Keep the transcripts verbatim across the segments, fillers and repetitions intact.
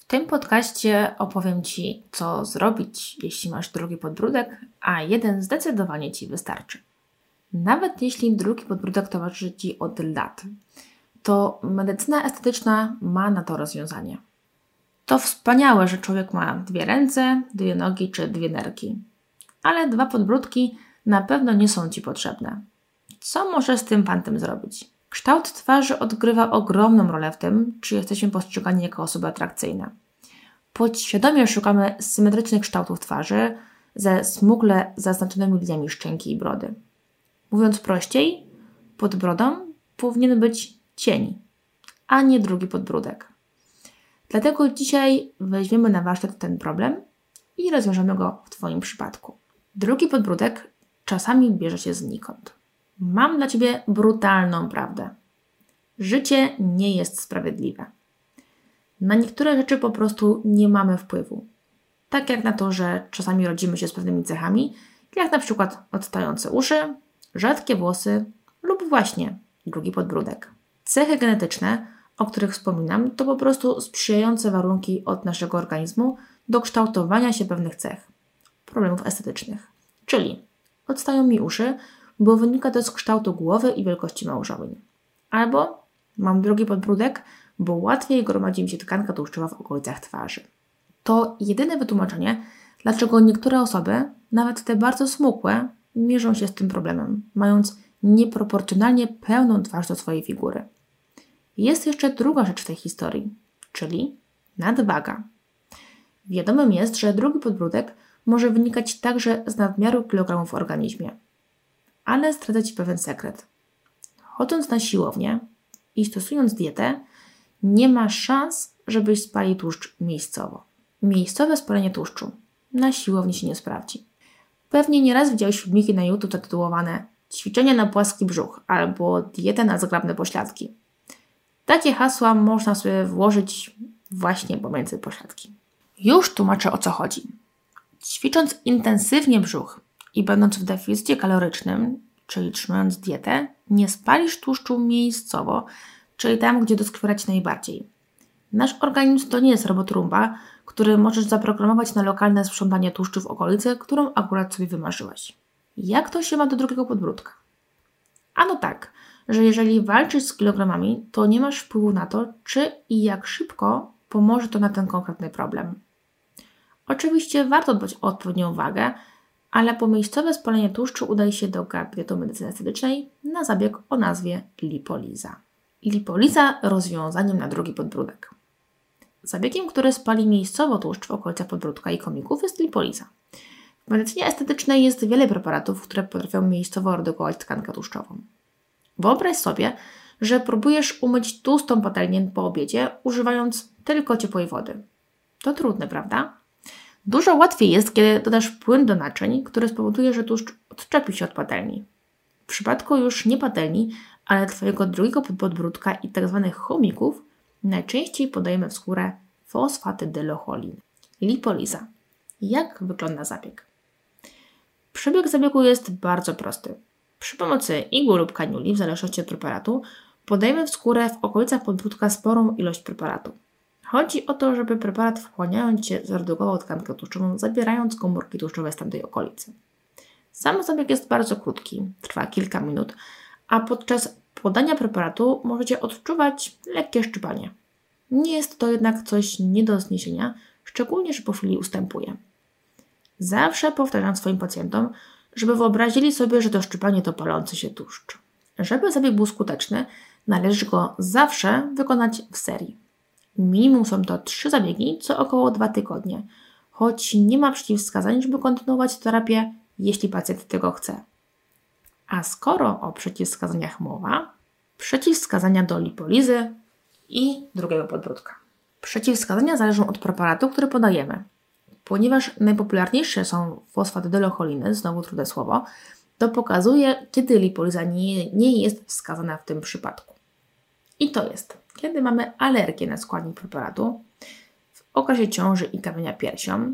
W tym podcaście opowiem Ci, co zrobić, jeśli masz drugi podbródek, a jeden zdecydowanie Ci wystarczy. Nawet jeśli drugi podbródek towarzyszy Ci od lat, to medycyna estetyczna ma na to rozwiązanie. To wspaniałe, że człowiek ma dwie ręce, dwie nogi czy dwie nerki, ale dwa podbródki na pewno nie są Ci potrzebne. Co możesz z tym fantem zrobić? Kształt twarzy odgrywa ogromną rolę w tym, czy jesteśmy postrzegani jako osoby atrakcyjne. Podświadomie szukamy symetrycznych kształtów twarzy ze smugle zaznaczonymi liniami szczęki i brody. Mówiąc prościej, pod brodą powinien być cień, a nie drugi podbródek. Dlatego dzisiaj weźmiemy na warsztat ten problem i rozwiążemy go w Twoim przypadku. Drugi podbródek czasami bierze się znikąd. Mam dla Ciebie brutalną prawdę. Życie nie jest sprawiedliwe. Na niektóre rzeczy po prostu nie mamy wpływu. Tak jak na to, że czasami rodzimy się z pewnymi cechami, jak na przykład odstające uszy, rzadkie włosy lub właśnie drugi podbródek. Cechy genetyczne, o których wspominam, to po prostu sprzyjające warunki od naszego organizmu do kształtowania się pewnych cech, problemów estetycznych. Czyli odstają mi uszy, bo wynika to z kształtu głowy i wielkości małżowin. Albo mam drugi podbródek, bo łatwiej gromadzi mi się tkanka tłuszczowa w okolicach twarzy. To jedyne wytłumaczenie, dlaczego niektóre osoby, nawet te bardzo smukłe, mierzą się z tym problemem, mając nieproporcjonalnie pełną twarz do swojej figury. Jest jeszcze druga rzecz w tej historii, czyli nadwaga. Wiadomym jest, że drugi podbródek może wynikać także z nadmiaru kilogramów w organizmie. Ale zdradzę Ci pewien sekret. Chodząc na siłownię i stosując dietę, nie ma szans, żebyś spalił tłuszcz miejscowo. Miejscowe spalenie tłuszczu na siłowni się nie sprawdzi. Pewnie nieraz widziałeś filmiki na YouTube zatytułowane ćwiczenia na płaski brzuch albo dieta na zgrabne pośladki. Takie hasła można sobie włożyć właśnie pomiędzy pośladki. Już tłumaczę, o co chodzi. Ćwicząc intensywnie brzuch i będąc w deficycie kalorycznym, czyli trzymając dietę, nie spalisz tłuszczu miejscowo, czyli tam, gdzie doskwiera Ci najbardziej. Nasz organizm to nie jest robot Roomba, który możesz zaprogramować na lokalne sprzątanie tłuszczu w okolicy, którą akurat sobie wymarzyłaś. Jak to się ma do drugiego podbródka? Ano tak, że jeżeli walczysz z kilogramami, to nie masz wpływu na to, czy i jak szybko pomoże to na ten konkretny problem. Oczywiście warto dbać o odpowiednią wagę, ale po miejscowe spalenie tłuszczu udaje się do gabinetu medycyny estetycznej na zabieg o nazwie lipoliza. Lipoliza rozwiązaniem na drugi podbródek. Zabiegiem, który spali miejscowo tłuszcz w okolicach podbródka i komików, jest lipoliza. W medycynie estetycznej jest wiele preparatów, które potrafią miejscowo redukować tkankę tłuszczową. Wyobraź sobie, że próbujesz umyć tłustą patelnię po obiedzie, używając tylko ciepłej wody. To trudne, prawda? Dużo łatwiej jest, kiedy dodasz płyn do naczyń, który spowoduje, że tłuszcz odczepi się od patelni. W przypadku już nie patelni, ale Twojego drugiego podbródka i tzw. chomików najczęściej podajemy w skórę fosfatydylocholiny. Lipoliza. Jak wygląda zabieg? Przebieg zabiegu jest bardzo prosty. Przy pomocy igły lub kaniuli, w zależności od preparatu, podajemy w skórę w okolicach podbródka sporą ilość preparatu. Chodzi o to, żeby preparat wchłaniając się zredukował tkankę tłuszczową, zabierając komórki tłuszczowe z tamtej okolicy. Sam zabieg jest bardzo krótki, trwa kilka minut, a podczas podania preparatu możecie odczuwać lekkie szczypanie. Nie jest to jednak coś nie do zniesienia, szczególnie, że po chwili ustępuje. Zawsze powtarzam swoim pacjentom, żeby wyobrazili sobie, że to szczypanie to palący się tłuszcz. Żeby zabieg był skuteczny, należy go zawsze wykonać w serii. Minimum są to trzy zabiegi co około dwa tygodnie, choć nie ma przeciwwskazań, żeby kontynuować terapię, jeśli pacjent tego chce. A skoro o przeciwwskazaniach mowa, przeciwwskazania do lipolizy i drugiego podbródka. Przeciwwskazania zależą od preparatu, który podajemy. Ponieważ najpopularniejsze są fosfatydylocholiny, znowu trudne słowo, to pokazuje, kiedy lipoliza nie, nie jest wskazana w tym przypadku. I to jest, kiedy mamy alergię na składnik preparatu, w okresie ciąży i kamienia piersią,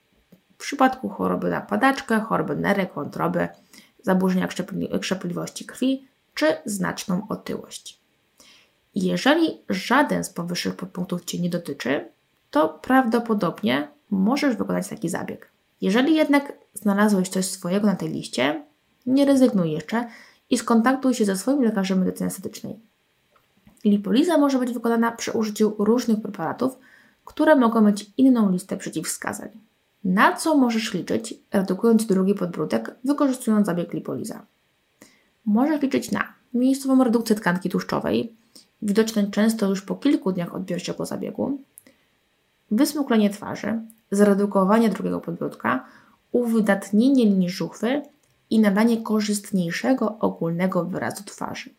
w przypadku choroby na padaczkę, choroby nerek, wątroby, zaburzenia krzepliwości krwi czy znaczną otyłość. Jeżeli żaden z powyższych podpunktów Cię nie dotyczy, to prawdopodobnie możesz wykonać taki zabieg. Jeżeli jednak znalazłeś coś swojego na tej liście, nie rezygnuj jeszcze i skontaktuj się ze swoim lekarzem medycyny estetycznej. Lipoliza może być wykonana przy użyciu różnych preparatów, które mogą mieć inną listę przeciwwskazań. Na co możesz liczyć, redukując drugi podbródek, wykorzystując zabieg lipoliza? Możesz liczyć na miejscową redukcję tkanki tłuszczowej, widoczne często już po kilku dniach od pierwszego zabiegu, wysmuklenie twarzy, zredukowanie drugiego podbródka, uwydatnienie linii żuchwy i nadanie korzystniejszego ogólnego wyrazu twarzy.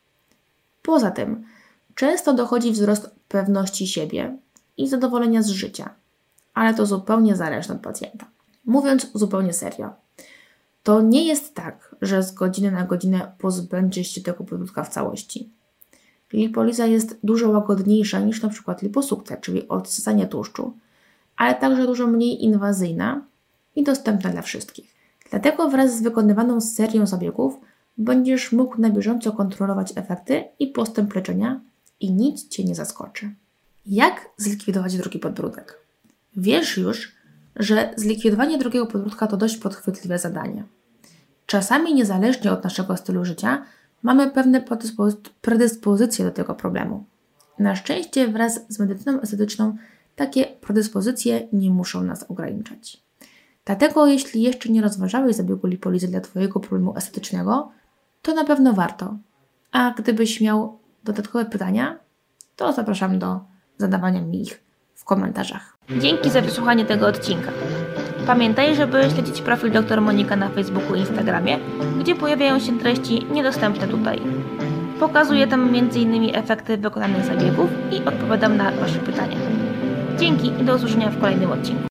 Poza tym często dochodzi wzrost pewności siebie i zadowolenia z życia, ale to zupełnie zależne od pacjenta. Mówiąc zupełnie serio, to nie jest tak, że z godziny na godzinę pozbędziesz się tego podbródka w całości. Lipoliza jest dużo łagodniejsza niż na przykład liposukcja, czyli odsysanie tłuszczu, ale także dużo mniej inwazyjna i dostępna dla wszystkich. Dlatego wraz z wykonywaną serią zabiegów będziesz mógł na bieżąco kontrolować efekty i postęp leczenia i nic Cię nie zaskoczy. Jak zlikwidować drugi podbródek? Wiesz już, że zlikwidowanie drugiego podbródka to dość podchwytliwe zadanie. Czasami niezależnie od naszego stylu życia mamy pewne predyspozycje do tego problemu. Na szczęście wraz z medycyną estetyczną takie predyspozycje nie muszą nas ograniczać. Dlatego jeśli jeszcze nie rozważałeś zabiegu lipolizy dla Twojego problemu estetycznego, to na pewno warto. A gdybyś miał dodatkowe pytania, to zapraszam do zadawania mi ich w komentarzach. Dzięki za wysłuchanie tego odcinka. Pamiętaj, żeby śledzić profil dr Monika na Facebooku i Instagramie, gdzie pojawiają się treści niedostępne tutaj. Pokazuję tam między innymi efekty wykonanych zabiegów i odpowiadam na Wasze pytania. Dzięki i do usłyszenia w kolejnym odcinku.